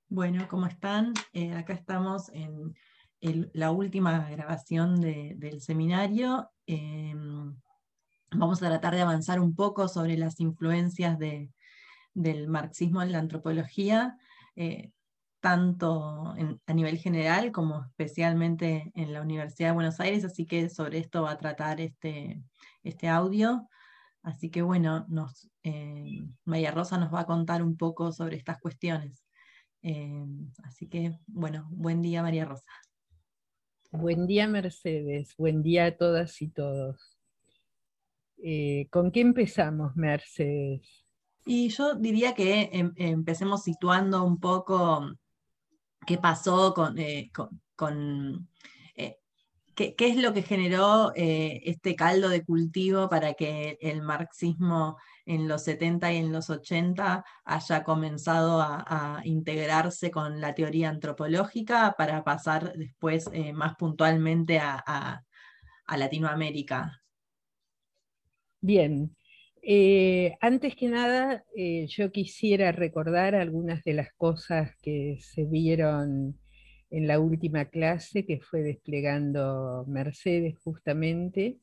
Bueno, ¿cómo están? Acá estamos en la última grabación del seminario. Vamos a tratar de avanzar un poco sobre las influencias del marxismo en la antropología, eh, tanto a nivel general como especialmente en la Universidad de Buenos Aires, así que sobre esto va a tratar este audio. Así que bueno, María Rosa nos va a contar un poco sobre estas cuestiones. Eh, Así que, bueno, buen día, María Rosa. Buen día, Mercedes. Buen día a todas y todos. ¿Con qué empezamos, Mercedes? Y yo diría que empecemos situando un poco qué pasó eh, qué es lo que generó este caldo de cultivo para que el marxismo en los 70 y en los 80 haya comenzado a integrarse con la teoría antropológica para pasar después más puntualmente a Latinoamérica. Bien. Antes que nada, yo quisiera recordar algunas de las cosas que se vieron en la última clase que fue desplegando Mercedes justamente.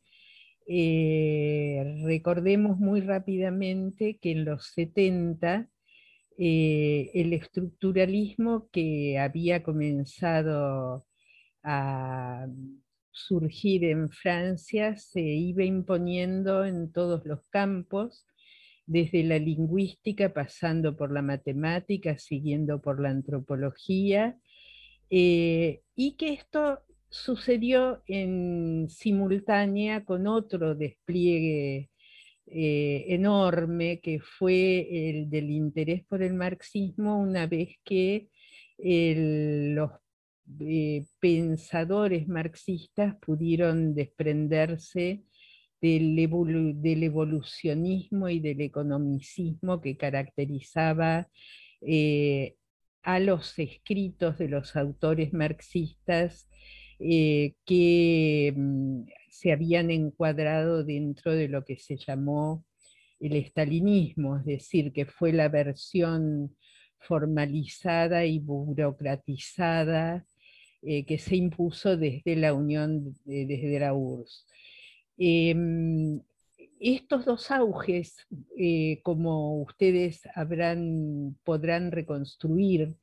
Recordemos muy rápidamente que en los 70 el estructuralismo que había comenzado a surgir en Francia se iba imponiendo en todos los campos, desde la lingüística, pasando por la matemática, siguiendo por la antropología, y que esto sucedió en simultánea con otro despliegue enorme que fue el del interés por el marxismo una vez que los pensadores marxistas pudieron desprenderse del evolucionismo y del economicismo que caracterizaba eh, a los escritos de los autores marxistas que se habían encuadrado dentro de lo que se llamó el estalinismo, es decir, que fue la versión formalizada y burocratizada que se impuso desde la Unión, desde la URSS. Eh, Estos dos auges, como ustedes podrán reconstruir,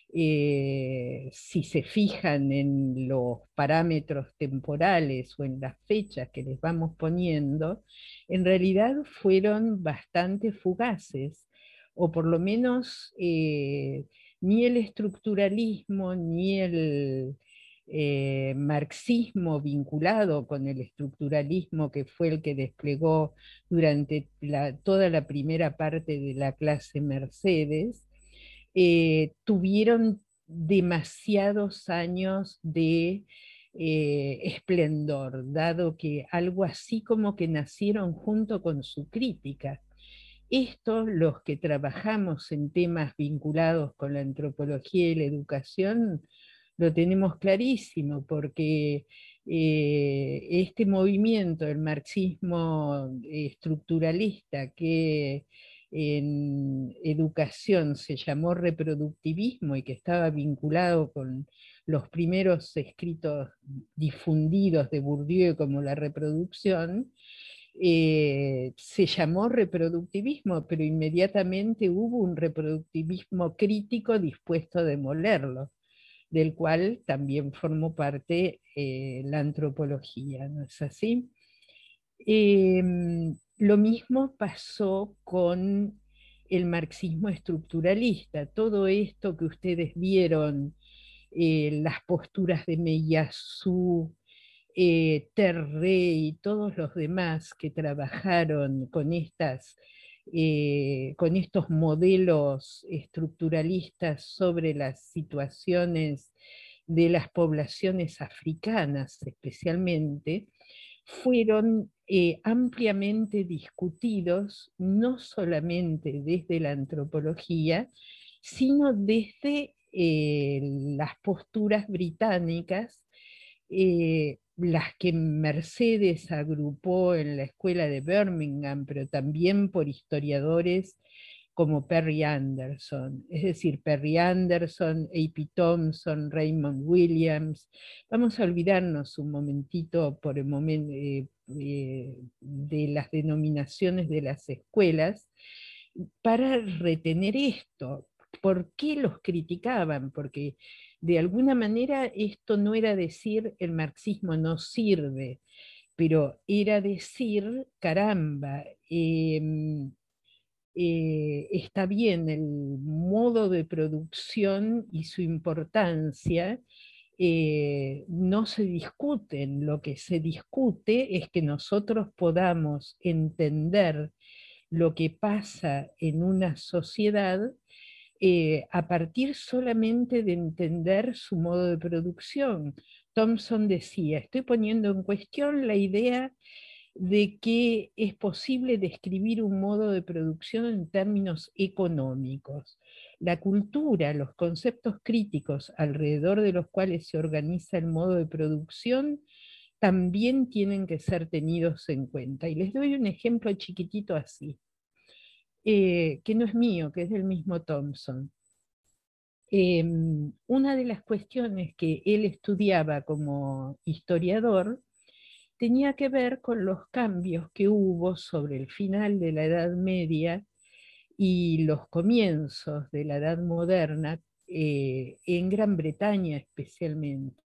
si se fijan en los parámetros temporales o en las fechas que les vamos poniendo, en realidad fueron bastante fugaces, o por lo menos ni el estructuralismo ni el marxismo vinculado con el estructuralismo que fue el que desplegó durante toda la primera parte de la clase Mercedes, tuvieron demasiados años de esplendor, dado que algo así como que nacieron junto con su crítica. Esto, los que trabajamos en temas vinculados con la antropología y la educación, lo tenemos clarísimo, porque este movimiento, el marxismo estructuralista, que en educación se llamó reproductivismo y que estaba vinculado con los primeros escritos difundidos de Bourdieu como la reproducción, se llamó reproductivismo, pero inmediatamente hubo un reproductivismo crítico dispuesto a demolerlo, del cual también formó parte la antropología, ¿no es así? Lo mismo pasó con el marxismo estructuralista. Todo esto que ustedes vieron, las posturas de Meillassoux, Terré y todos los demás que trabajaron con estos modelos estructuralistas sobre las situaciones de las poblaciones africanas especialmente, fueron ampliamente discutidos, no solamente desde la antropología, sino desde las posturas británicas, las que Mercedes agrupó en la escuela de Birmingham, pero también por historiadores como Perry Anderson, es decir, Perry Anderson, A.P. Thompson, Raymond Williams. Vamos a olvidarnos un momentito por el momento de las denominaciones de las escuelas para retener esto. ¿Por qué los criticaban? Porque de alguna manera esto no era decir el marxismo no sirve, pero era decir, caramba, está bien el modo de producción y su importancia, no se discuten, lo que se discute es que nosotros podamos entender lo que pasa en una sociedad a partir solamente de entender su modo de producción. Thompson decía, estoy poniendo en cuestión la idea de que es posible describir un modo de producción en términos económicos. La cultura, los conceptos críticos alrededor de los cuales se organiza el modo de producción, también tienen que ser tenidos en cuenta. Y les doy un ejemplo chiquitito así, que no es mío, que es del mismo Thompson. Una de las cuestiones que él estudiaba como historiador tenía que ver con los cambios que hubo sobre el final de la Edad Media y los comienzos de la Edad Moderna, en Gran Bretaña especialmente.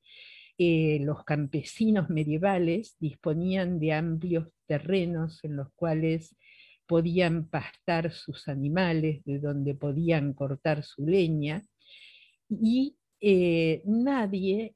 Los campesinos medievales disponían de amplios terrenos en los cuales podían pastar sus animales, de donde podían cortar su leña, y nadie,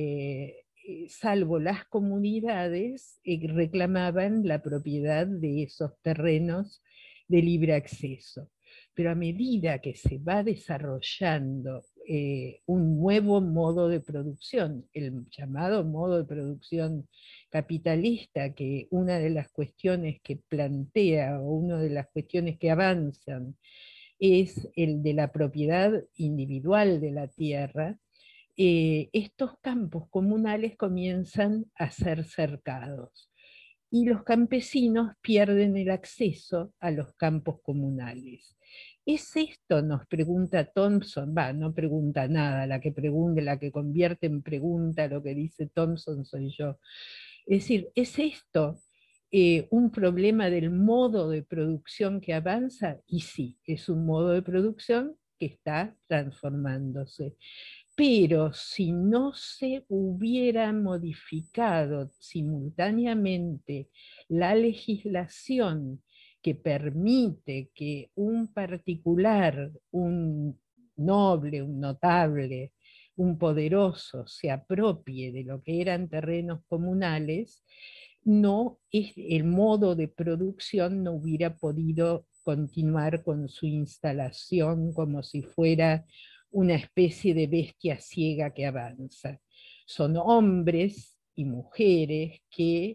salvo las comunidades, reclamaban la propiedad de esos terrenos de libre acceso. Pero a medida que se va desarrollando un nuevo modo de producción, el llamado modo de producción capitalista, que una de las cuestiones que plantea o una de las cuestiones que avanzan es el de la propiedad individual de la tierra, estos campos comunales comienzan a ser cercados y los campesinos pierden el acceso a los campos comunales. ¿Es esto? Nos pregunta Thompson, no pregunta nada, la que pregunta, la que convierte en pregunta lo que dice Thompson soy yo. Es decir, ¿es esto un problema del modo de producción que avanza? Y sí, es un modo de producción que está transformándose. Pero si no se hubiera modificado simultáneamente la legislación que permite que un particular, un noble, un notable, un poderoso se apropie de lo que eran terrenos comunales, no es, el modo de producción no hubiera podido continuar con su instalación como si fuera una especie de bestia ciega que avanza. Son hombres y mujeres que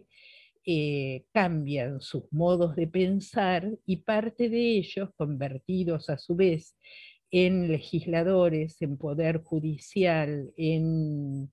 cambian sus modos de pensar y parte de ellos, convertidos a su vez en legisladores, en poder judicial, en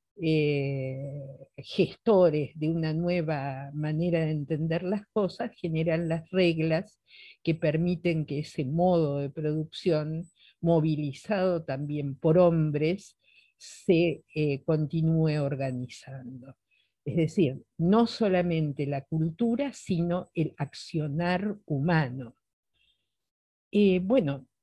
gestores de una nueva manera de entender las cosas, generan las reglas que permiten que ese modo de producción, movilizado también por hombres, se continúe organizando. Es decir, no solamente la cultura, sino el accionar humano. Bueno,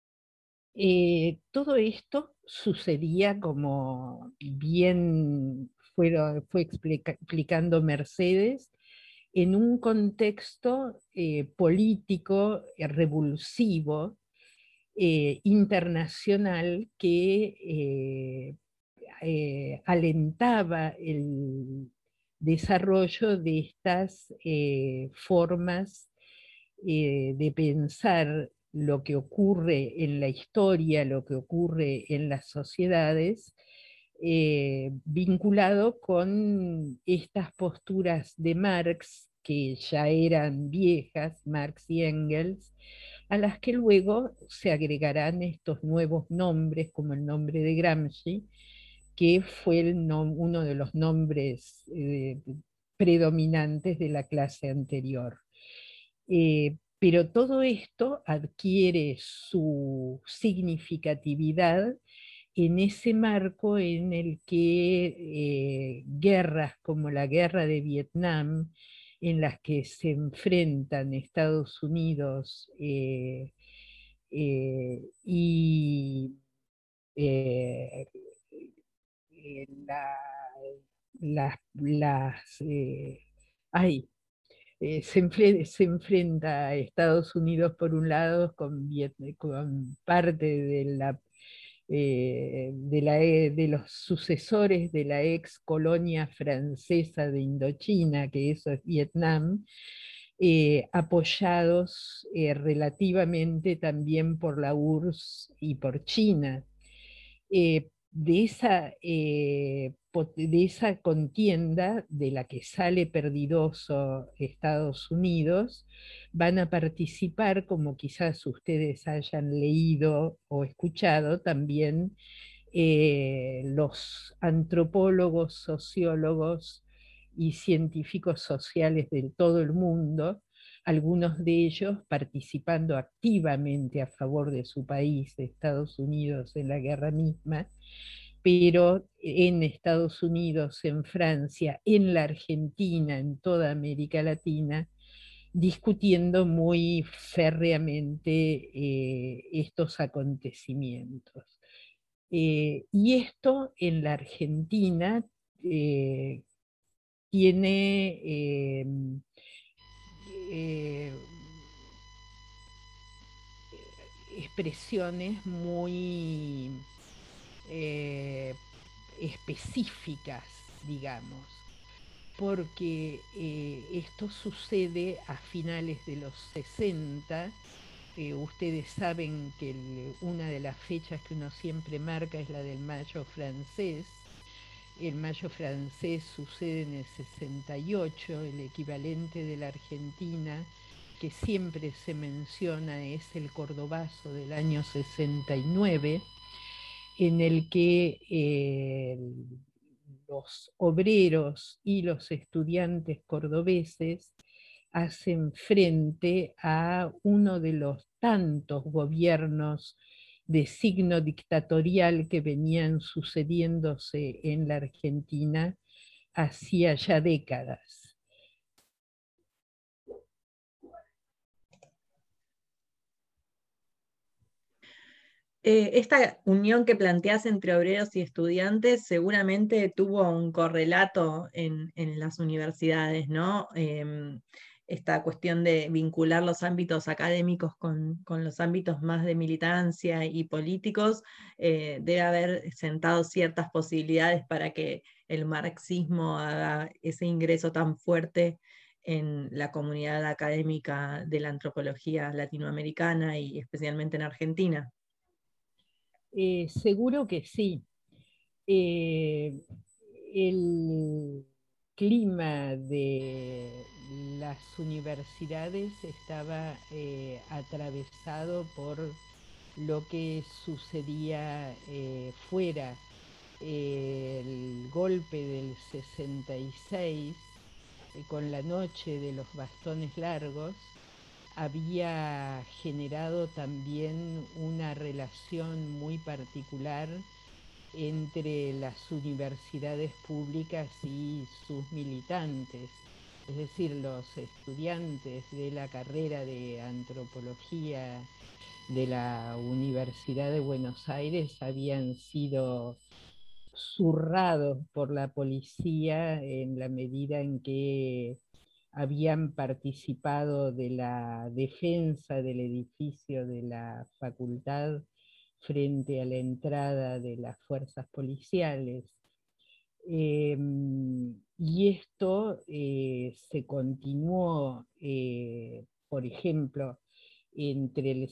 todo esto sucedía como bien fue explicando Mercedes, en un contexto político revulsivo, internacional, que alentaba el desarrollo de estas formas de pensar lo que ocurre en la historia, lo que ocurre en las sociedades, vinculado con estas posturas de Marx, que ya eran viejas, Marx y Engels, a las que luego se agregarán estos nuevos nombres, como el nombre de Gramsci, que fue uno de los nombres predominantes de la clase anterior. Pero todo esto adquiere su significatividad en ese marco en el que guerras como la guerra de Vietnam, en las que se enfrentan Estados Unidos y eh, la- las ay, se enfrenta a Estados Unidos por un lado con parte de los sucesores de la ex colonia francesa de Indochina, que eso es Vietnam, apoyados relativamente también por la URSS y por China. De esa contienda de la que sale perdidoso Estados Unidos, van a participar, como quizás ustedes hayan leído o escuchado también, los antropólogos, sociólogos y científicos sociales de todo el mundo, algunos de ellos participando activamente a favor de su país, de Estados Unidos, en la guerra misma, pero en Estados Unidos, en Francia, en la Argentina, en toda América Latina, discutiendo muy férreamente estos acontecimientos. Y esto en la Argentina eh, tiene eh, expresiones muy eh, específicas, digamos, porque esto sucede a finales de los 60. Ustedes saben que una de las fechas que uno siempre marca es la del Mayo francés. El Mayo francés sucede en el 68, el equivalente de la Argentina, que siempre se menciona, es el Cordobazo del año 69, en el que los obreros y los estudiantes cordobeses hacen frente a uno de los tantos gobiernos de signo dictatorial que venían sucediéndose en la Argentina hacía ya décadas. Esta unión que planteas entre obreros y estudiantes seguramente tuvo un correlato en las universidades, ¿no? Esta cuestión de vincular los ámbitos académicos con los ámbitos más de militancia y políticos, debe haber sentado ciertas posibilidades para que el marxismo haga ese ingreso tan fuerte en la comunidad académica de la antropología latinoamericana y especialmente en Argentina. Seguro que sí. Eh, el clima de las universidades estaba atravesado por lo que sucedía fuera. El golpe del 66, con la noche de los bastones largos, había generado también una relación muy particular entre las universidades públicas y sus militantes. Es decir, los estudiantes de la carrera de antropología de la Universidad de Buenos Aires habían sido zurrados por la policía en la medida en que habían participado de la defensa del edificio de la facultad frente a la entrada de las fuerzas policiales. Y esto se continuó, por ejemplo, entre el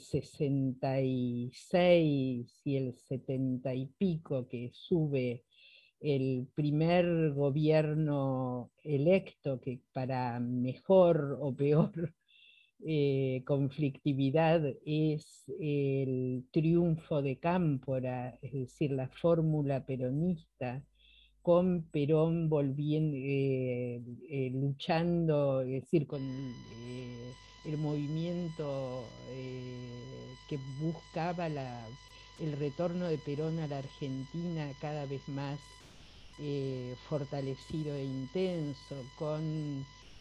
66 y el 70 y pico, que sube el primer gobierno electo, que para mejor o peor conflictividad es el triunfo de Cámpora, es decir, la fórmula peronista, con Perón volviendo, luchando, es decir, con el movimiento que buscaba el retorno de Perón a la Argentina cada vez más fortalecido e intenso, con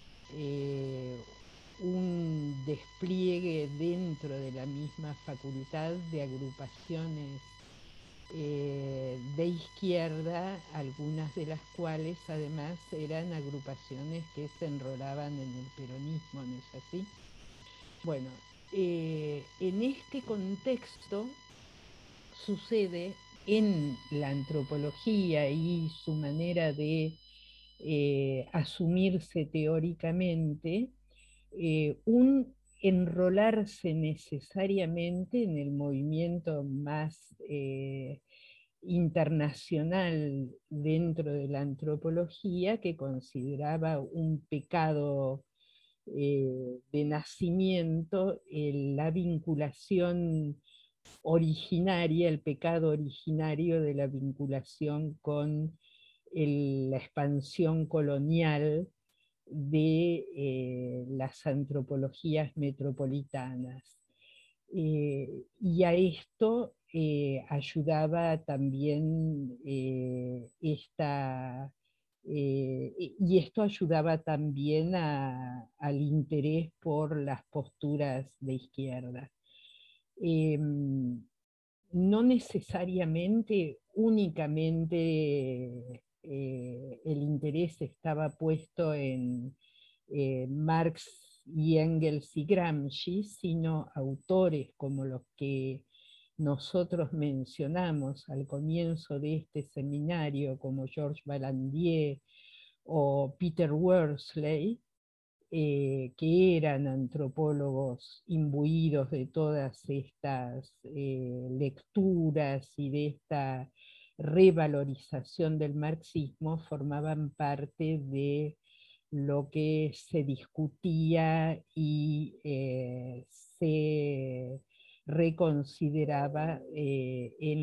un despliegue dentro de la misma facultad de agrupaciones de izquierda, algunas de las cuales además eran agrupaciones que se enrolaban en el peronismo, ¿no es así? Bueno, en este contexto sucede en la antropología y su manera de asumirse teóricamente, un enrolarse necesariamente en el movimiento más internacional dentro de la antropología, que consideraba un pecado de nacimiento la vinculación originaria, el pecado originario de la vinculación con la expansión colonial de las antropologías metropolitanas. Y a esto ayudaba también y esto ayudaba también al interés por las posturas de izquierda. No necesariamente únicamente el interés estaba puesto en Marx y Engels y Gramsci, sino autores como los que nosotros mencionamos al comienzo de este seminario, como Georges Vallandier o Peter Worsley, que eran antropólogos imbuidos de todas estas lecturas y de esta revalorización del marxismo, formaban parte de lo que se discutía y se reconsideraba en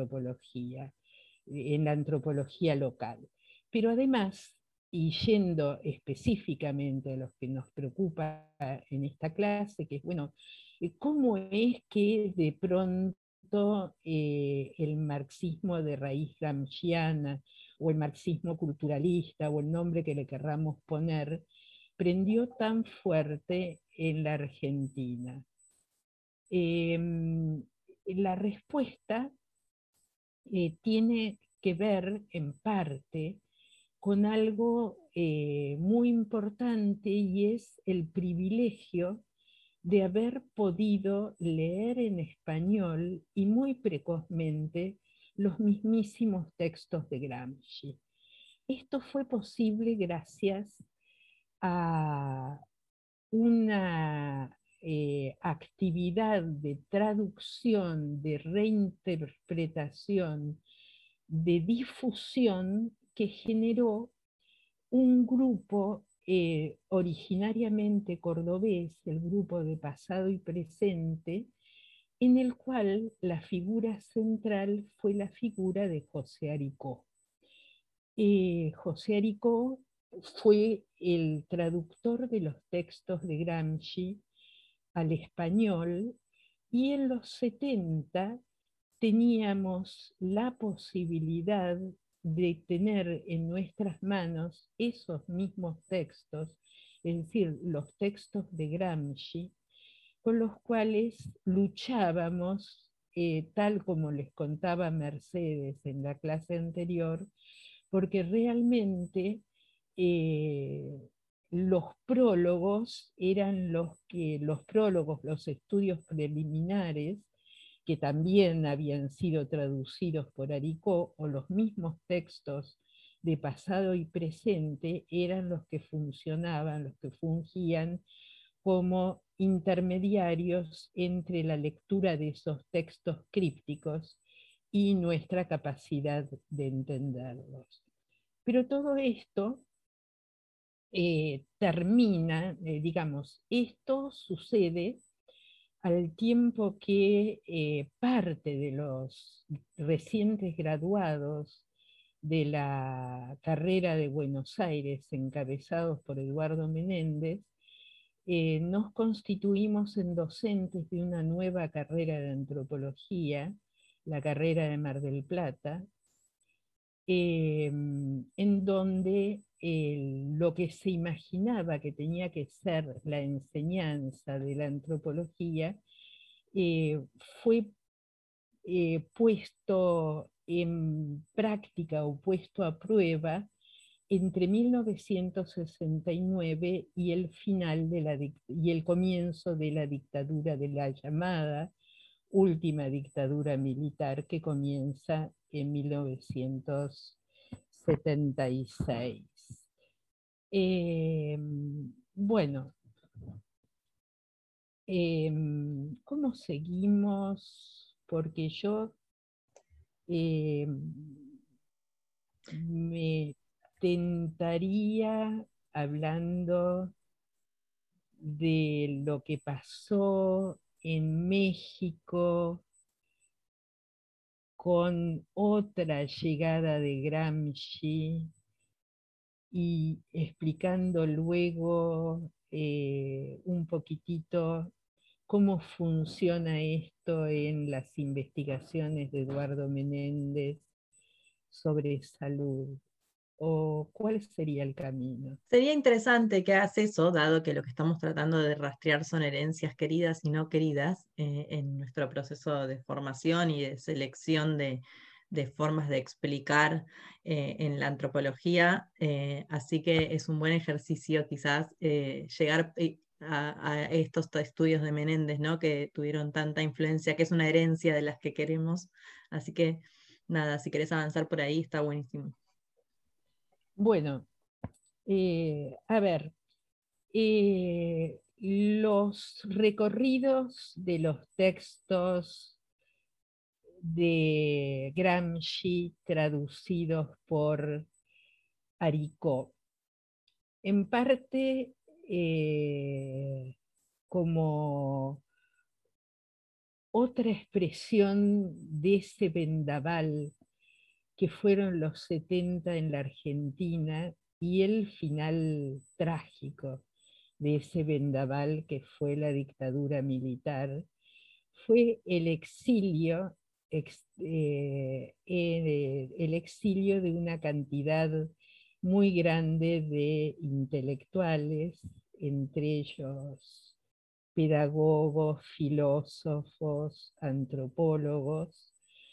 la antropología local. Pero además, y yendo específicamente a los que nos preocupa en esta clase, que es, bueno, ¿cómo es que de pronto el marxismo de raíz gramsciana, o el marxismo culturalista, o el nombre que le querramos poner, prendió tan fuerte en la Argentina? La respuesta tiene que ver en parte con algo muy importante, y es el privilegio de haber podido leer en español y muy precozmente los mismísimos textos de Gramsci. Esto fue posible gracias a una actividad de traducción, de reinterpretación, de difusión que generó un grupo originariamente cordobés, el grupo de Pasado y Presente, en el cual la figura central fue la figura de José Aricó. José Aricó fue el traductor de los textos de Gramsci al español, y en los 70 teníamos la posibilidad de tener en nuestras manos esos mismos textos, es decir, los textos de Gramsci, con los cuales luchábamos, tal como les contaba Mercedes en la clase anterior, porque realmente los prólogos eran los prólogos, los estudios preliminares, que también habían sido traducidos por Aricó, o los mismos textos de Pasado y Presente, eran los que funcionaban, los que fungían como intermediarios entre la lectura de esos textos crípticos y nuestra capacidad de entenderlos. Pero todo esto termina, digamos, esto sucede al tiempo que parte de los recientes graduados de la carrera de Buenos Aires, encabezados por Eduardo Menéndez, nos constituimos en docentes de una nueva carrera de antropología, la carrera de Mar del Plata, en donde lo que se imaginaba que tenía que ser la enseñanza de la antropología fue puesto en práctica o puesto a prueba entre 1969 y el comienzo de la dictadura, de la llamada última dictadura militar, que comienza en 1976. Bueno, ¿cómo seguimos? Porque yo me tentaría, hablando de lo que pasó en México con otra llegada de Gramsci y explicando luego un poquitito cómo funciona esto en las investigaciones de Eduardo Menéndez sobre salud, o cuál sería el camino. Sería interesante que hagas eso, dado que lo que estamos tratando de rastrear son herencias queridas y no queridas en nuestro proceso de formación y de selección de formas de explicar en la antropología. Así que es un buen ejercicio quizás llegar a estos estudios de Menéndez, ¿no? Que tuvieron tanta influencia, que es una herencia de las que queremos. Así que nada, si querés avanzar por ahí, está buenísimo. Bueno, a ver, los recorridos de los textos de Gramsci traducidos por Aricó, en parte como otra expresión de ese vendaval que fueron los 70 en la Argentina y el final trágico de ese vendaval que fue la dictadura militar, fue el exilio, el exilio de una cantidad muy grande de intelectuales, entre ellos pedagogos, filósofos, antropólogos,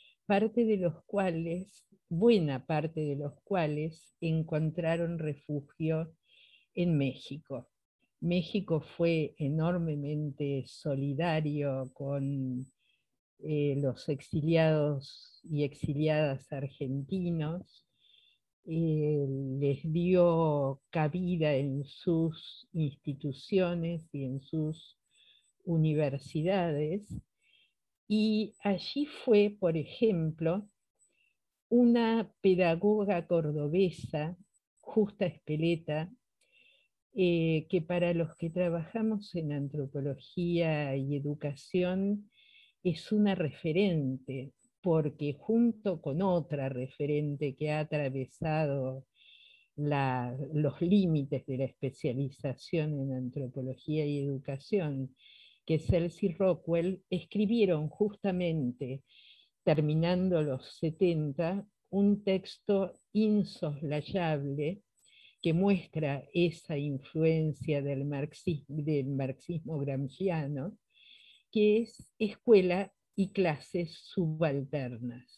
buena parte de los cuales encontraron refugio en México. México fue enormemente solidario con los exiliados y exiliadas argentinos, les dio cabida en sus instituciones y en sus universidades, y allí fue, por ejemplo, una pedagoga cordobesa, Justa Espeleta, que para los que trabajamos en antropología y educación es una referente, porque junto con otra referente que ha atravesado los límites de la especialización en antropología y educación, que es Elsie Rockwell, escribieron justamente, terminando los 70, un texto insoslayable que muestra esa influencia del marxismo gramsciano, que es Escuela y Clases Subalternas,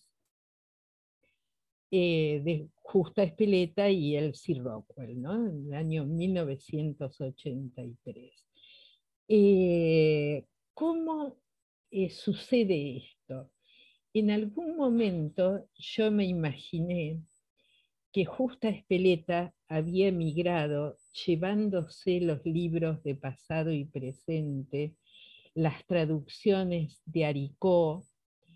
de Justa Espeleta y Elsie Rockwell, ¿no? En el año 1983. ¿Cómo sucede esto? En algún momento yo me imaginé que Justa Espeleta había emigrado llevándose los libros de pasado y presente, las traducciones de Aricó,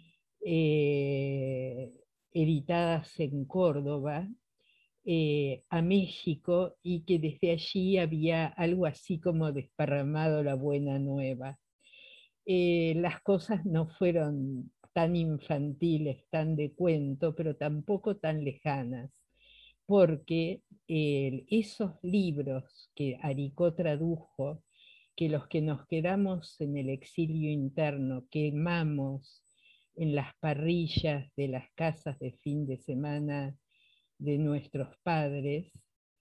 editadas en Córdoba, a México, y que desde allí había algo así como desparramado la buena nueva. Las cosas no fueron tan infantiles, tan de cuento, pero tampoco tan lejanas, porque esos libros que Aricó tradujo, que los que nos quedamos en el exilio interno quemamos en las parrillas de las casas de fin de semana de nuestros padres,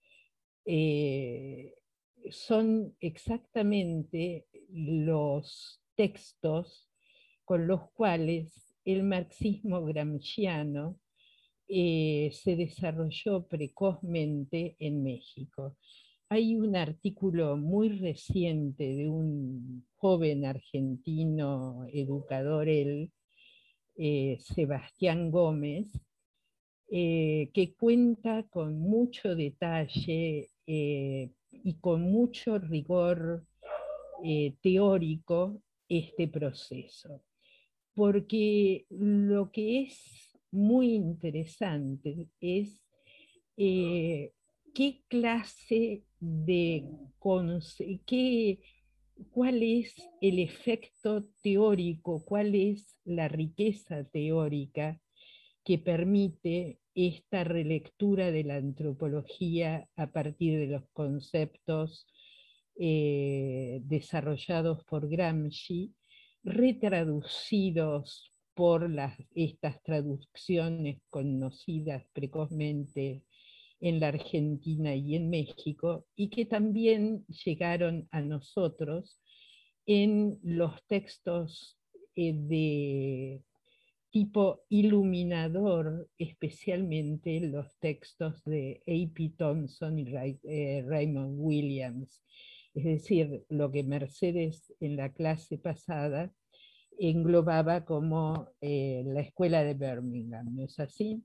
son exactamente los textos con los cuales el marxismo gramsciano se desarrolló precozmente en México. Hay un artículo muy reciente de un joven argentino educador, Sebastián Gómez, que cuenta con mucho detalle y con mucho rigor teórico este proceso. Porque lo que es muy interesante es qué clase de, cuál es el efecto teórico, cuál es la riqueza teórica que permite esta relectura de la antropología a partir de los conceptos desarrollados por Gramsci, retraducidos por estas traducciones conocidas precozmente en la Argentina y en México, y que también llegaron a nosotros en los textos de tipo iluminador, especialmente los textos de A.P. Thompson y Raymond Williams. Es decir, lo que Mercedes en la clase pasada englobaba como la escuela de Birmingham, ¿no es así?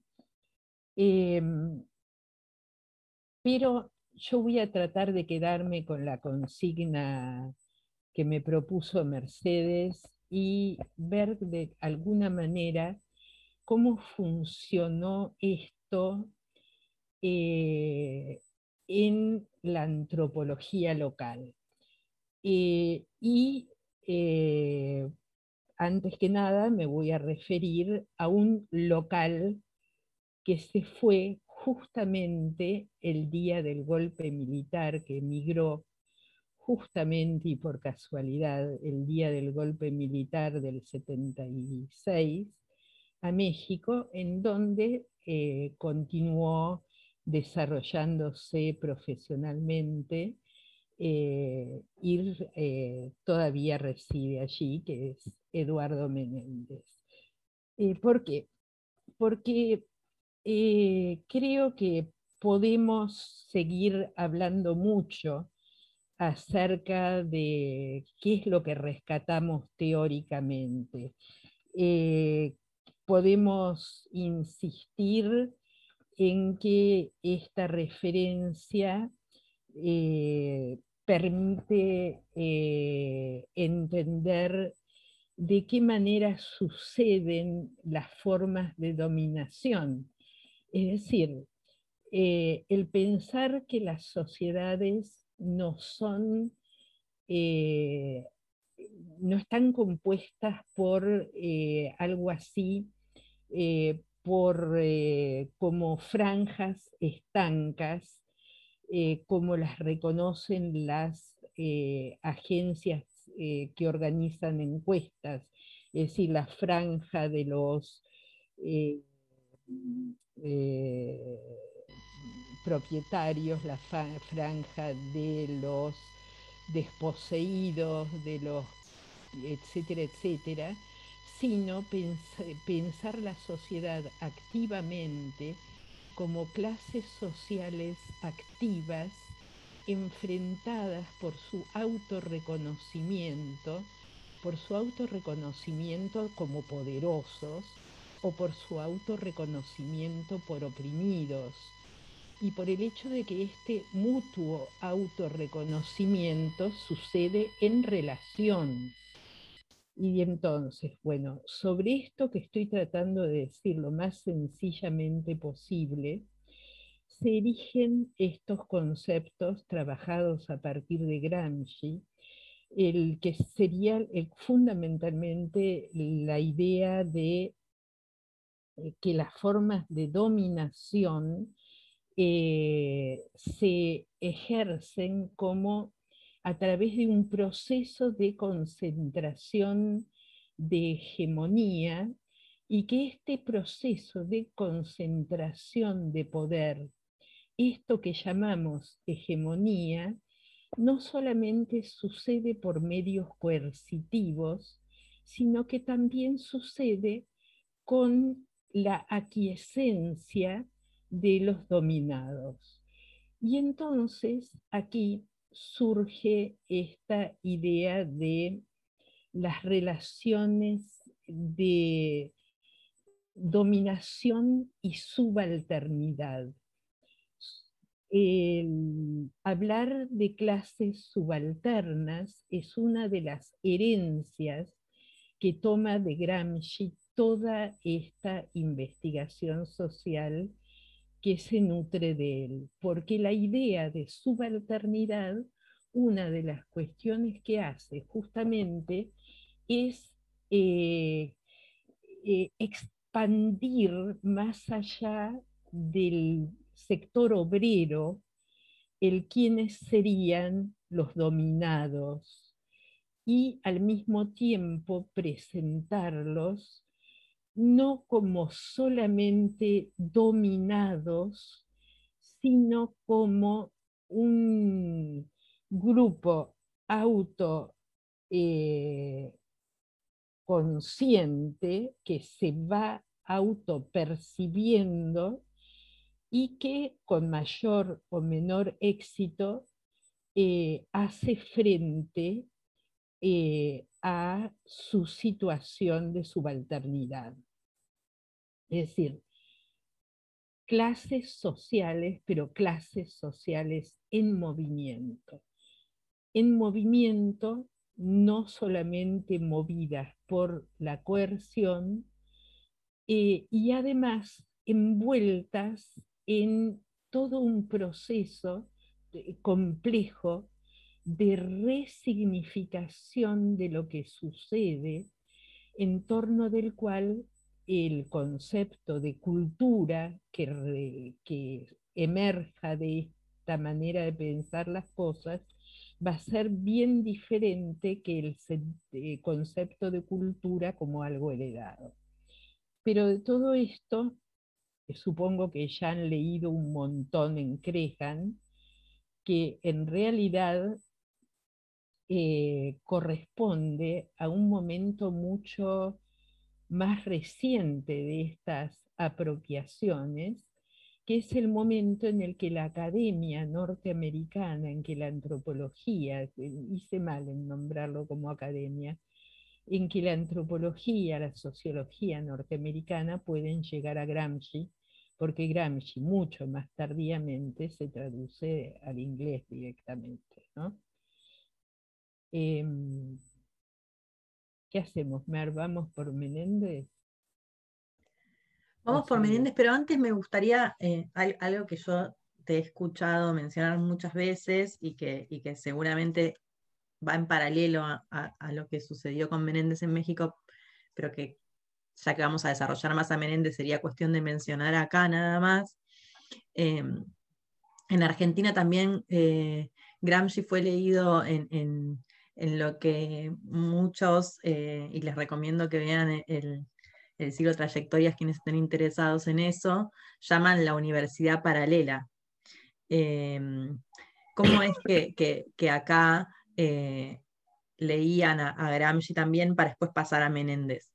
Pero yo voy a tratar de quedarme con la consigna que me propuso Mercedes y ver de alguna manera cómo funcionó esto en la antropología local. Y antes que nada me voy a referir a un local que se fue justamente el día del golpe militar, que emigró justamente y por casualidad el día del golpe militar del 76 a México, en donde continuó desarrollándose profesionalmente y todavía reside allí, que es Eduardo Menéndez. ¿Por qué? Porque creo que podemos seguir hablando mucho acerca de qué es lo que rescatamos teóricamente. Eh, Podemos insistir en que esta referencia permite entender de qué manera suceden las formas de dominación. Es decir, el pensar que las sociedades no son, no están compuestas por algo así, como franjas estancas, como las reconocen las agencias que organizan encuestas, es decir, la franja de los eh, propietarios, la franja de los desposeídos, de los etcétera, etcétera, sino pensar la sociedad activamente como clases sociales activas enfrentadas por su autorreconocimiento como poderosos o por su autorreconocimiento por oprimidos, y por el hecho de que este mutuo autorreconocimiento sucede en relación. Y entonces, bueno, sobre esto que estoy tratando de decir lo más sencillamente posible, se erigen estos conceptos trabajados a partir de Gramsci, el que sería fundamentalmente la idea de que las formas de dominación se ejercen como a través de un proceso de concentración de hegemonía, y que este proceso de concentración de poder, esto que llamamos hegemonía, no solamente sucede por medios coercitivos, sino que también sucede con la aquiescencia de los dominados. Y entonces aquí surge esta idea de las relaciones de dominación y subalternidad. Hablar de clases subalternas es una de las herencias que toma de Gramsci toda esta investigación social que se nutre de él, porque la idea de subalternidad, una de las cuestiones que hace justamente es expandir más allá del sector obrero el quiénes serían los dominados, y al mismo tiempo presentarlos no como solamente dominados, sino como un grupo auto consciente que se va autopercibiendo y que con mayor o menor éxito hace frente a su situación de subalternidad. Es decir, clases sociales, pero clases sociales en movimiento, no solamente movidas por la coerción, y además envueltas en todo un proceso complejo de resignificación de lo que sucede, en torno del cual el concepto de cultura que emerja de esta manera de pensar las cosas va a ser bien diferente que el concepto de cultura como algo heredado. Pero de todo esto, supongo que ya han leído un montón en Crehan, que en realidad corresponde a un momento mucho más reciente de estas apropiaciones, que es el momento en el que la academia norteamericana, en que la antropología, hice mal en nombrarlo como academia, en que la antropología, la sociología norteamericana pueden llegar a Gramsci, porque Gramsci mucho más tardíamente se traduce al inglés directamente, ¿no? ¿Qué hacemos, Mer? ¿Vamos por Menéndez? Vamos por Menéndez, pero antes me gustaría algo que yo te he escuchado mencionar muchas veces y que seguramente va en paralelo a lo que sucedió con Menéndez en México, pero que ya que vamos a desarrollar más a Menéndez, sería cuestión de mencionar acá nada más. En Argentina también Gramsci fue leído en lo que muchos, y les recomiendo que vean el siglo Trayectorias, quienes estén interesados en eso, llaman la universidad paralela. ¿Cómo es que acá leían a Gramsci también para después pasar a Menéndez?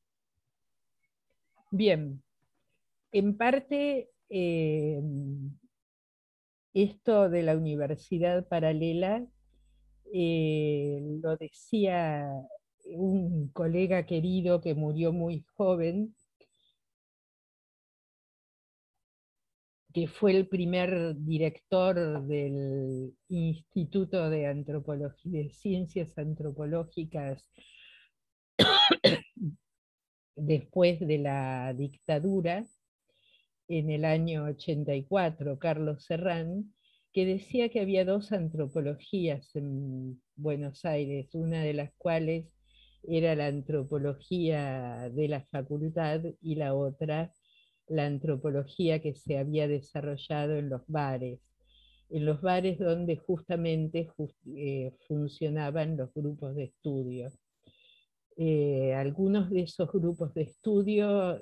Bien, en parte esto de la universidad paralela lo decía un colega querido que murió muy joven, que fue el primer director del Instituto de Antropología, de Ciencias Antropológicas después de la dictadura, en el año 84, Carlos Serrán, que decía que había dos antropologías en Buenos Aires, una de las cuales era la antropología de la facultad y la otra la antropología que se había desarrollado en los bares. en los bares donde justamente funcionaban los grupos de estudio. Algunos de esos grupos de estudio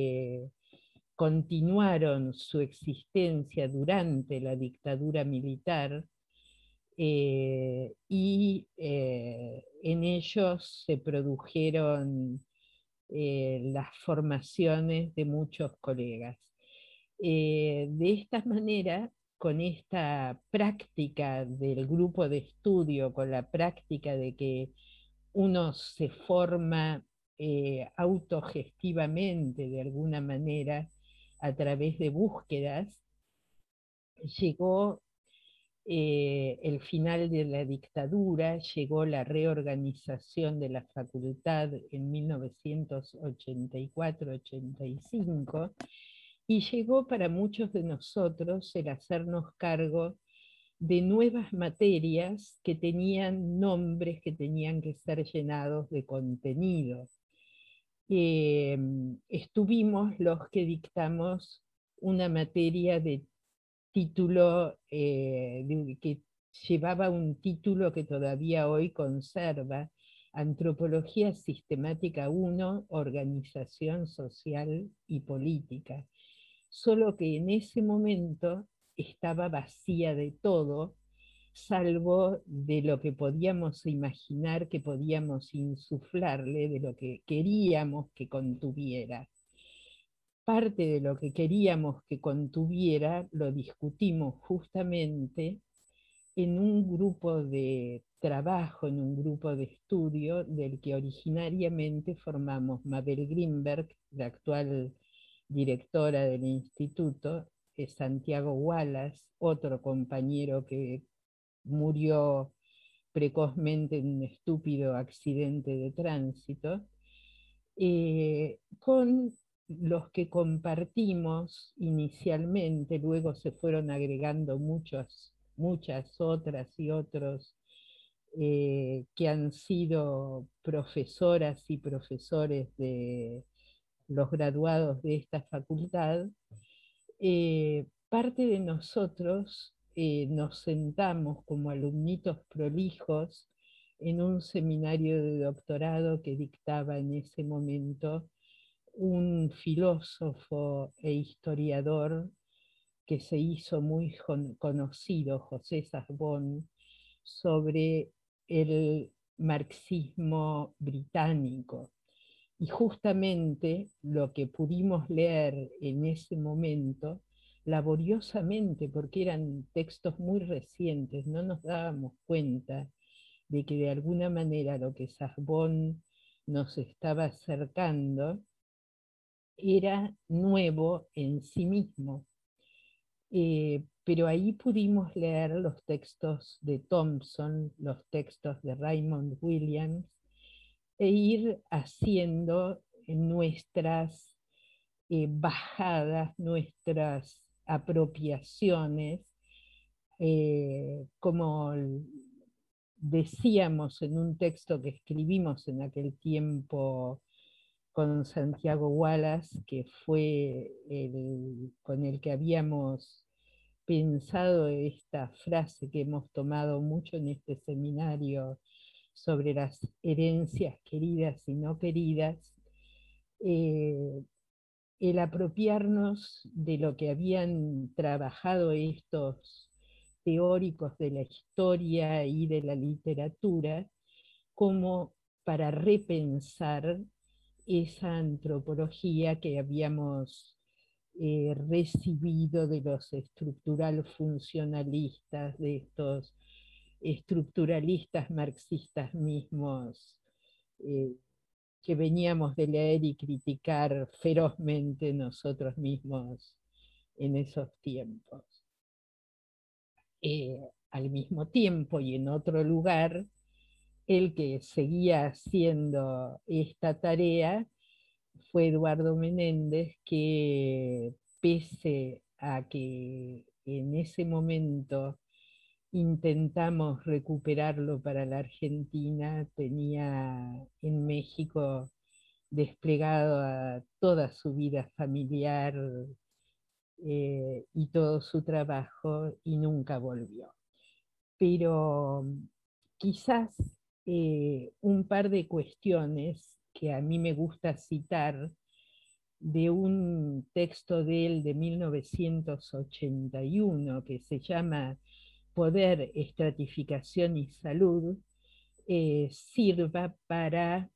continuaron su existencia durante la dictadura militar, y en ellos se produjeron las formaciones de muchos colegas. De esta manera, con esta práctica del grupo de estudio, con la práctica de que uno se forma autogestivamente de alguna manera a través de búsquedas, llegó el final de la dictadura, llegó la reorganización de la facultad en 1984-85, y llegó para muchos de nosotros el hacernos cargo de nuevas materias que tenían nombres que tenían que ser llenados de contenido. Estuvimos los que dictamos una materia de título, que llevaba un título que todavía hoy conserva: Antropología Sistemática 1, Organización Social y Política. Solo que en ese momento estaba vacía de todo, salvo de lo que podíamos imaginar que podíamos insuflarle, de lo que queríamos que contuviera. Parte de lo que queríamos que contuviera lo discutimos justamente en un grupo de trabajo, en un grupo de estudio del que originariamente formamos Mabel Grimberg, la actual directora del instituto, Santiago Wallace, otro compañero que murió precozmente en un estúpido accidente de tránsito, con los que compartimos inicialmente. Luego se fueron agregando muchas otras y otros que han sido profesoras y profesores de los graduados de esta facultad. Parte de nosotros nos sentamos como alumnitos prolijos en un seminario de doctorado que dictaba en ese momento un filósofo e historiador que se hizo muy conocido, José Sassbón, sobre el marxismo británico. Y justamente lo que pudimos leer en ese momento, laboriosamente, porque eran textos muy recientes, no nos dábamos cuenta de que de alguna manera lo que Sassbón nos estaba acercando era nuevo en sí mismo. Pero ahí pudimos leer los textos de Thompson, los textos de Raymond Williams, e ir haciendo nuestras bajadas, nuestras apropiaciones, como decíamos en un texto que escribimos en aquel tiempo con Santiago Wallace, que fue con el que habíamos pensado esta frase que hemos tomado mucho en este seminario sobre las herencias queridas y no queridas. El apropiarnos de lo que habían trabajado estos teóricos de la historia y de la literatura, como para repensar esa antropología que habíamos recibido de los estructural funcionalistas, de estos estructuralistas marxistas mismos, que veníamos de leer y criticar ferozmente nosotros mismos en esos tiempos. Al mismo tiempo y en otro lugar, el que seguía haciendo esta tarea fue Eduardo Menéndez, que pese a que en ese momento intentamos recuperarlo para la Argentina, tenía en México desplegado a toda su vida familiar y todo su trabajo y nunca volvió. Pero quizás un par de cuestiones que a mí me gusta citar de un texto de él de 1981 que se llama Poder, Estratificación y Salud, sirva para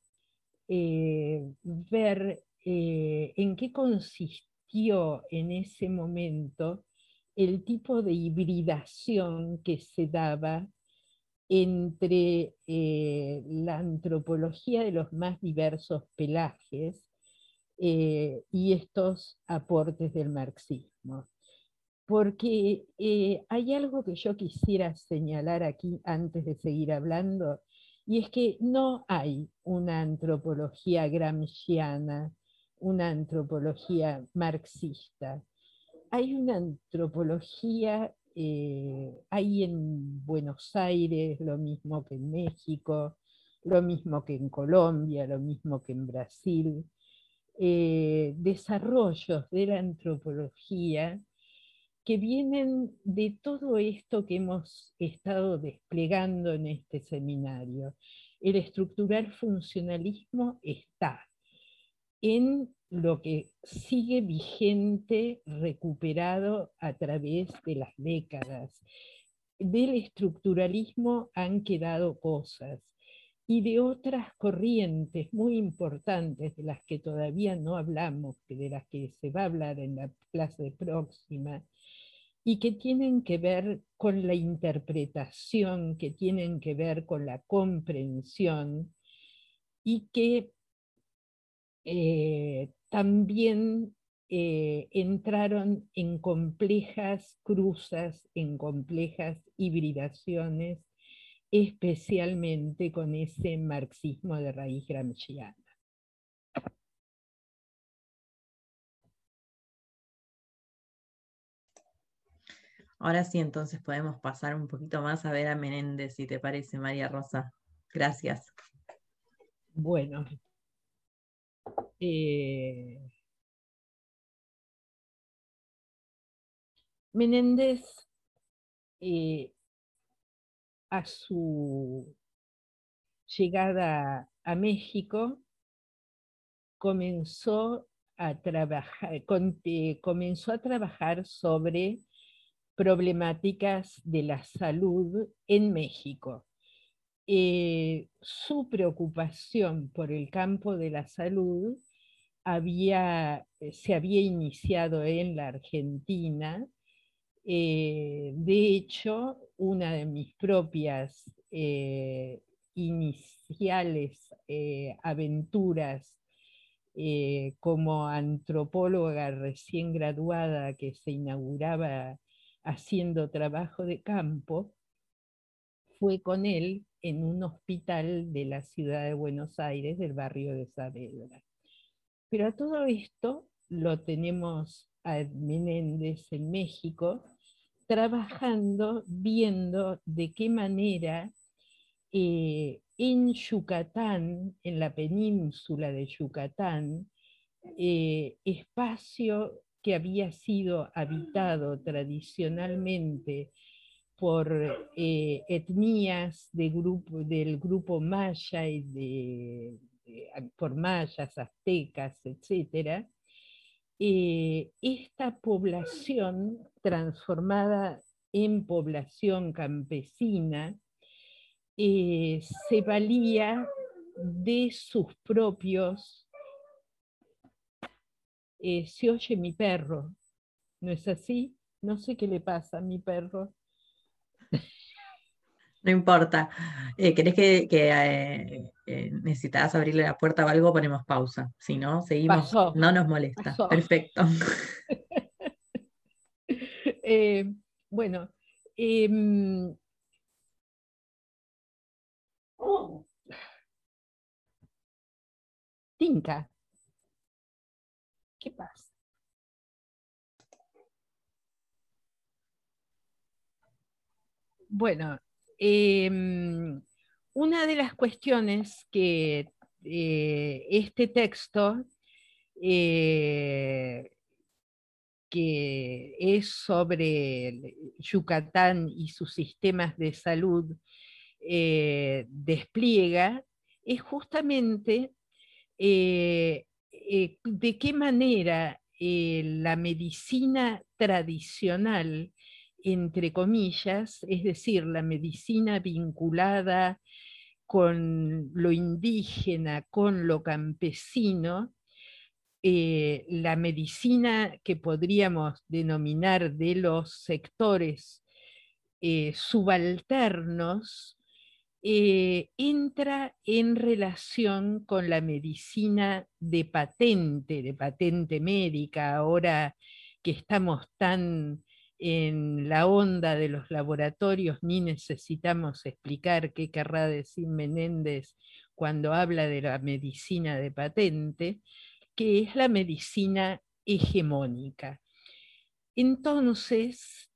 ver en qué consistió en ese momento el tipo de hibridación que se daba entre la antropología de los más diversos pelajes y estos aportes del marxismo. Porque hay algo que yo quisiera señalar aquí antes de seguir hablando, y es que no hay una antropología gramsciana, una antropología marxista. Hay una antropología, hay en Buenos Aires, lo mismo que en México, lo mismo que en Colombia, lo mismo que en Brasil, desarrollos de la antropología que vienen de todo esto que hemos estado desplegando en este seminario. El estructural funcionalismo está en lo que sigue vigente, recuperado a través de las décadas. Del estructuralismo han quedado cosas, y de otras corrientes muy importantes de las que todavía no hablamos, de las que se va a hablar en la clase próxima, y que tienen que ver con la interpretación, que tienen que ver con la comprensión, y que también entraron en complejas cruzas, en complejas hibridaciones, especialmente con ese marxismo de raíz gramsciana. Ahora sí, entonces podemos pasar un poquito más a ver a Menéndez, si te parece, María Rosa. Gracias. Bueno, Menéndez, a su llegada a México, comenzó comenzó a trabajar sobre problemáticas de la salud en México. Su preocupación por el campo de la salud se había iniciado en la Argentina. De hecho, una de mis propias iniciales aventuras como antropóloga recién graduada que se inauguraba haciendo trabajo de campo, fue con él en un hospital de la ciudad de Buenos Aires, del barrio de Saavedra. Pero a todo esto lo tenemos a Menéndez en México, trabajando, viendo de qué manera en Yucatán, en la península de Yucatán, espacio que había sido habitado tradicionalmente por etnias del grupo maya y por mayas, aztecas, etc. Esta población transformada en población campesina se valía de sus propios... se oye mi perro, ¿no es así? No sé qué le pasa a mi perro. No importa. ¿Querés que necesitas abrirle la puerta o algo? Ponemos pausa. Si no, seguimos. Pasó, No nos molesta. pasó. Perfecto. Eh, bueno, em, Tinca, ¿qué pasa? Bueno, una de las cuestiones que este texto que es sobre Yucatán y sus sistemas de salud, despliega, es justamente de qué manera la medicina tradicional, entre comillas, es decir, la medicina vinculada con lo indígena, con lo campesino, la medicina que podríamos denominar de los sectores subalternos, entra en relación con la medicina de patente médica, ahora que estamos tan en la onda de los laboratorios, ni necesitamos explicar qué querrá decir Menéndez cuando habla de la medicina de patente, que es la medicina hegemónica. Entonces,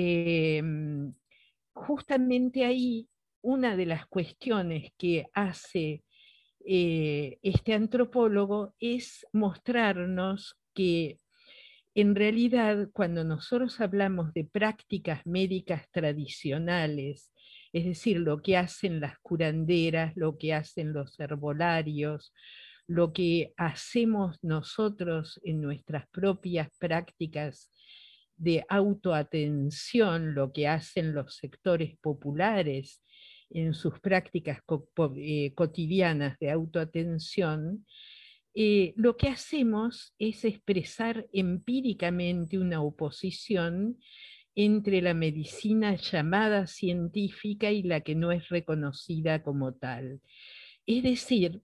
justamente ahí, una de las cuestiones que hace este antropólogo es mostrarnos que en realidad cuando nosotros hablamos de prácticas médicas tradicionales, es decir, lo que hacen las curanderas, lo que hacen los herbolarios, lo que hacemos nosotros en nuestras propias prácticas de autoatención, lo que hacen los sectores populares en sus prácticas cotidianas de autoatención, lo que hacemos es expresar empíricamente una oposición entre la medicina llamada científica y la que no es reconocida como tal. Es decir,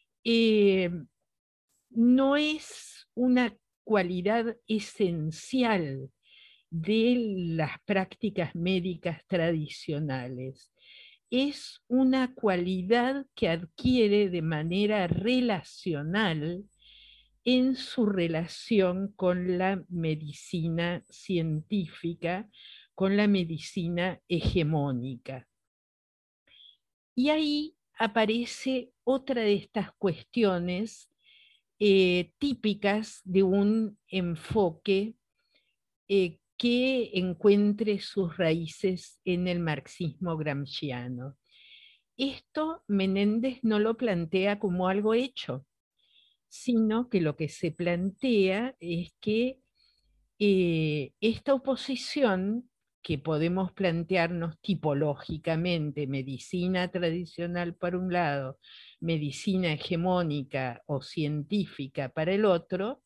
no es una cualidad esencial de las prácticas médicas tradicionales. Es una cualidad que adquiere de manera relacional en su relación con la medicina científica, con la medicina hegemónica. Y ahí aparece otra de estas cuestiones típicas de un enfoque que encuentre sus raíces en el marxismo gramsciano. Esto Menéndez no lo plantea como algo hecho, sino que lo que se plantea es que esta oposición que podemos plantearnos tipológicamente, medicina tradicional por un lado, medicina hegemónica o científica para el otro,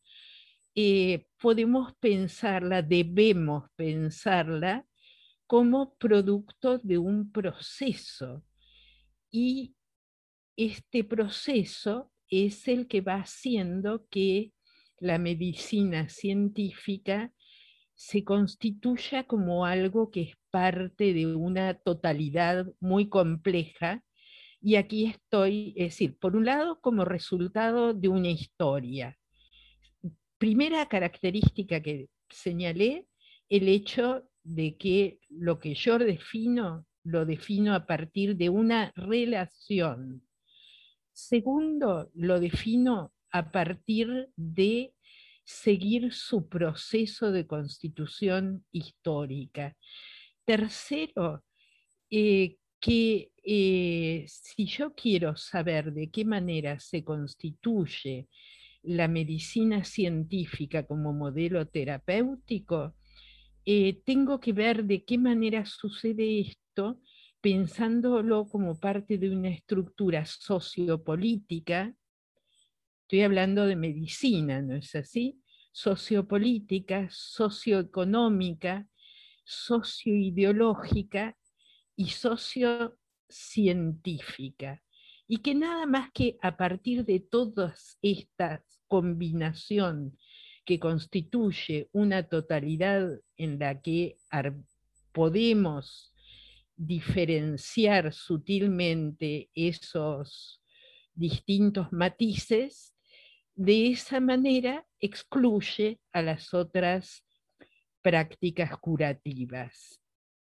podemos pensarla, debemos pensarla como producto de un proceso. Y este proceso es el que va haciendo que la medicina científica se constituya como algo que es parte de una totalidad muy compleja. Y aquí estoy, es decir, por un lado, como resultado de una historia. Primera característica que señalé, el hecho de que lo que yo defino, lo defino a partir de una relación. Segundo, lo defino a partir de seguir su proceso de constitución histórica. Tercero, que si yo quiero saber de qué manera se constituye la medicina científica como modelo terapéutico, tengo que ver de qué manera sucede esto pensándolo como parte de una estructura sociopolítica. Estoy hablando de medicina, ¿no es así? Sociopolítica, socioeconómica, socioideológica y sociocientífica. Y que nada más que a partir de todas estas combinación que constituye una totalidad en la que podemos diferenciar sutilmente esos distintos matices, de esa manera excluye a las otras prácticas curativas.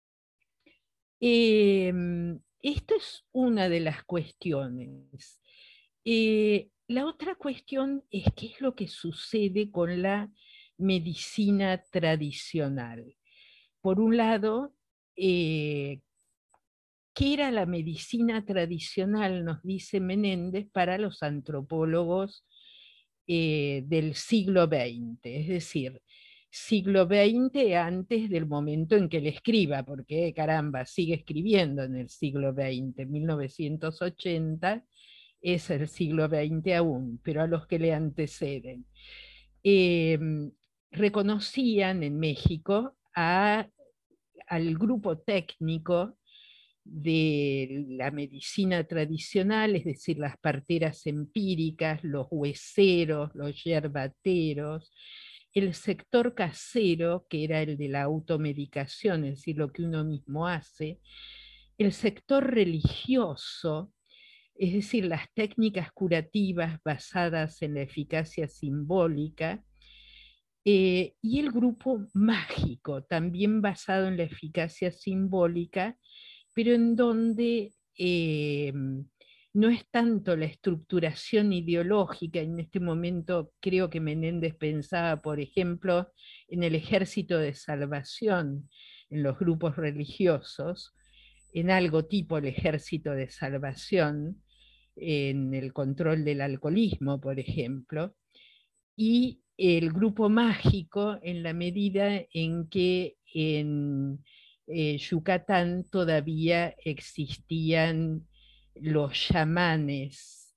Esto es una de las cuestiones. La otra cuestión es qué es lo que sucede con la medicina tradicional. Por un lado, ¿qué era la medicina tradicional? Nos dice Menéndez para los antropólogos del siglo XX, es decir, siglo XX antes del momento en que él escriba, porque caramba, sigue escribiendo en el siglo XX, 1980 es el siglo XX aún, pero a los que le anteceden. Eh, Reconocían en México al grupo técnico de la medicina tradicional, es decir, las parteras empíricas, los hueseros, los yerbateros, el sector casero, que era el de la automedicación, es decir, lo que uno mismo hace, el sector religioso, es decir, las técnicas curativas basadas en la eficacia simbólica, y el grupo mágico, también basado en la eficacia simbólica, pero en donde no es tanto la estructuración ideológica. En este momento creo que Menéndez pensaba, por ejemplo, en el Ejército de Salvación, en los grupos religiosos, en algo tipo el Ejército de Salvación, en el control del alcoholismo, por ejemplo, y el grupo mágico en la medida en que en Yucatán todavía existían los chamanes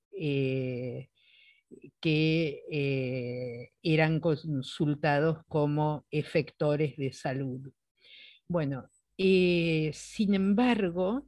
que eran consultados como efectores de salud. Bueno, sin embargo,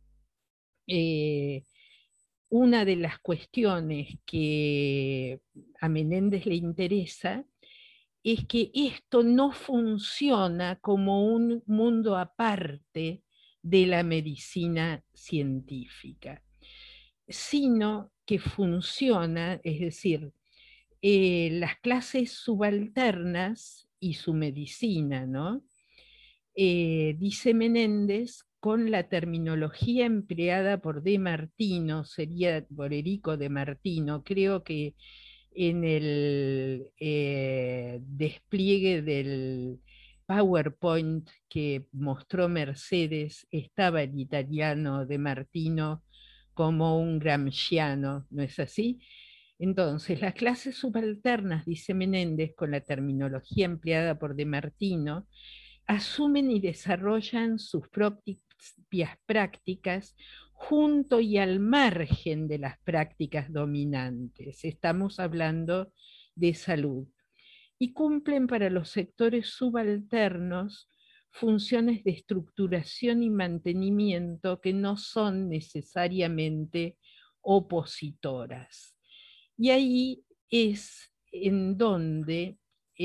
eh, una de las cuestiones que a Menéndez le interesa es que esto no funciona como un mundo aparte de la medicina científica, sino que funciona, es decir, las clases subalternas y su medicina, ¿no? Dice Menéndez, con la terminología empleada por De Martino, sería por Erico De Martino, creo que en el despliegue del PowerPoint que mostró Mercedes estaba el italiano De Martino como un gramsciano, ¿no es así? Entonces, las clases subalternas, dice Menéndez, con la terminología empleada por De Martino, asumen y desarrollan sus propias prácticas junto y al margen de las prácticas dominantes. Estamos hablando de salud. Y cumplen para los sectores subalternos funciones de estructuración y mantenimiento que no son necesariamente opositoras. Y ahí es en donde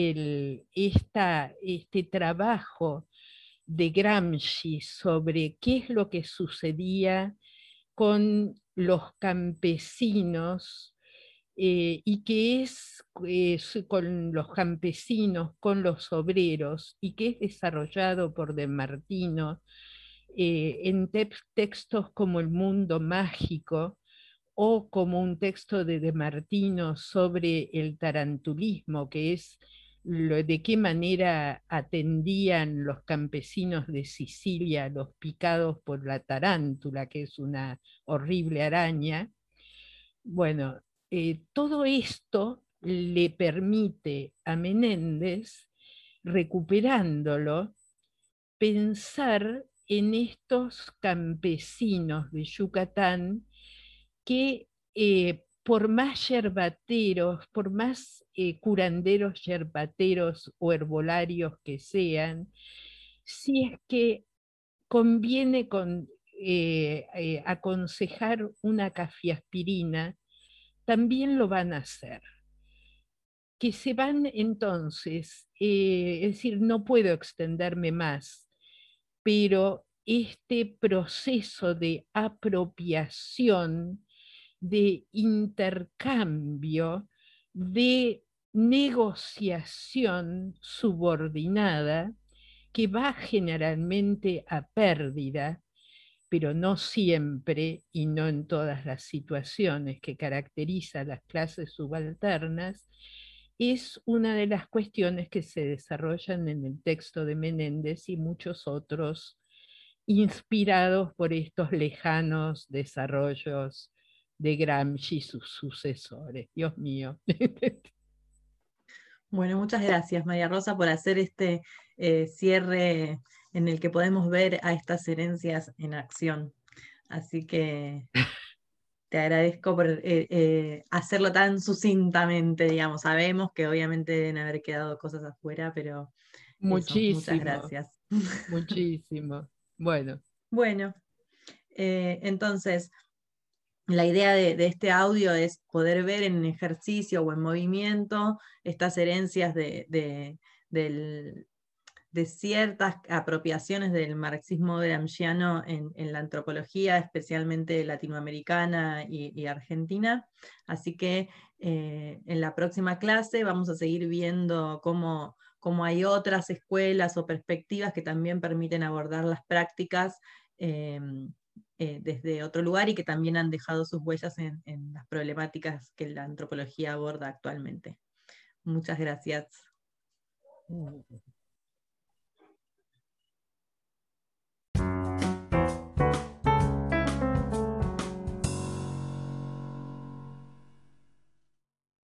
este trabajo de Gramsci sobre qué es lo que sucedía con los campesinos y qué es con los campesinos, con los obreros, y que es desarrollado por De Martino en textos como El mundo mágico, o como un texto de Martino sobre el tarantulismo, que es de qué manera atendían los campesinos de Sicilia los picados por la tarántula, que es una horrible araña. Bueno, todo esto le permite a Menéndez, recuperándolo, pensar en estos campesinos de Yucatán que por más yerbateros, por más curanderos yerbateros o herbolarios que sean, si es que conviene aconsejar una cafiaspirina, también lo van a hacer. Que se van entonces, es decir, no puedo extenderme más, pero este proceso de apropiación, de intercambio, de negociación subordinada, que va generalmente a pérdida, pero no siempre y no en todas las situaciones que caracteriza a las clases subalternas, es una de las cuestiones que se desarrollan en el texto de Menéndez y muchos otros inspirados por estos lejanos desarrollos de Gramsci y sus sucesores. Dios mío. Bueno, muchas gracias, María Rosa, por hacer este cierre en el que podemos ver a estas herencias en acción. Así que te agradezco por hacerlo tan sucintamente, digamos. Sabemos que obviamente deben haber quedado cosas afuera, pero eso, muchas Muchísimo, gracias. muchísimo. Bueno, Bueno, entonces, la idea de este audio es poder ver en ejercicio o en movimiento estas herencias del- de ciertas apropiaciones del marxismo gramsciano en la antropología, especialmente latinoamericana y argentina. Así que en la próxima clase vamos a seguir viendo cómo hay otras escuelas o perspectivas que también permiten abordar las prácticas desde otro lugar y que también han dejado sus huellas en las problemáticas que la antropología aborda actualmente. Muchas gracias.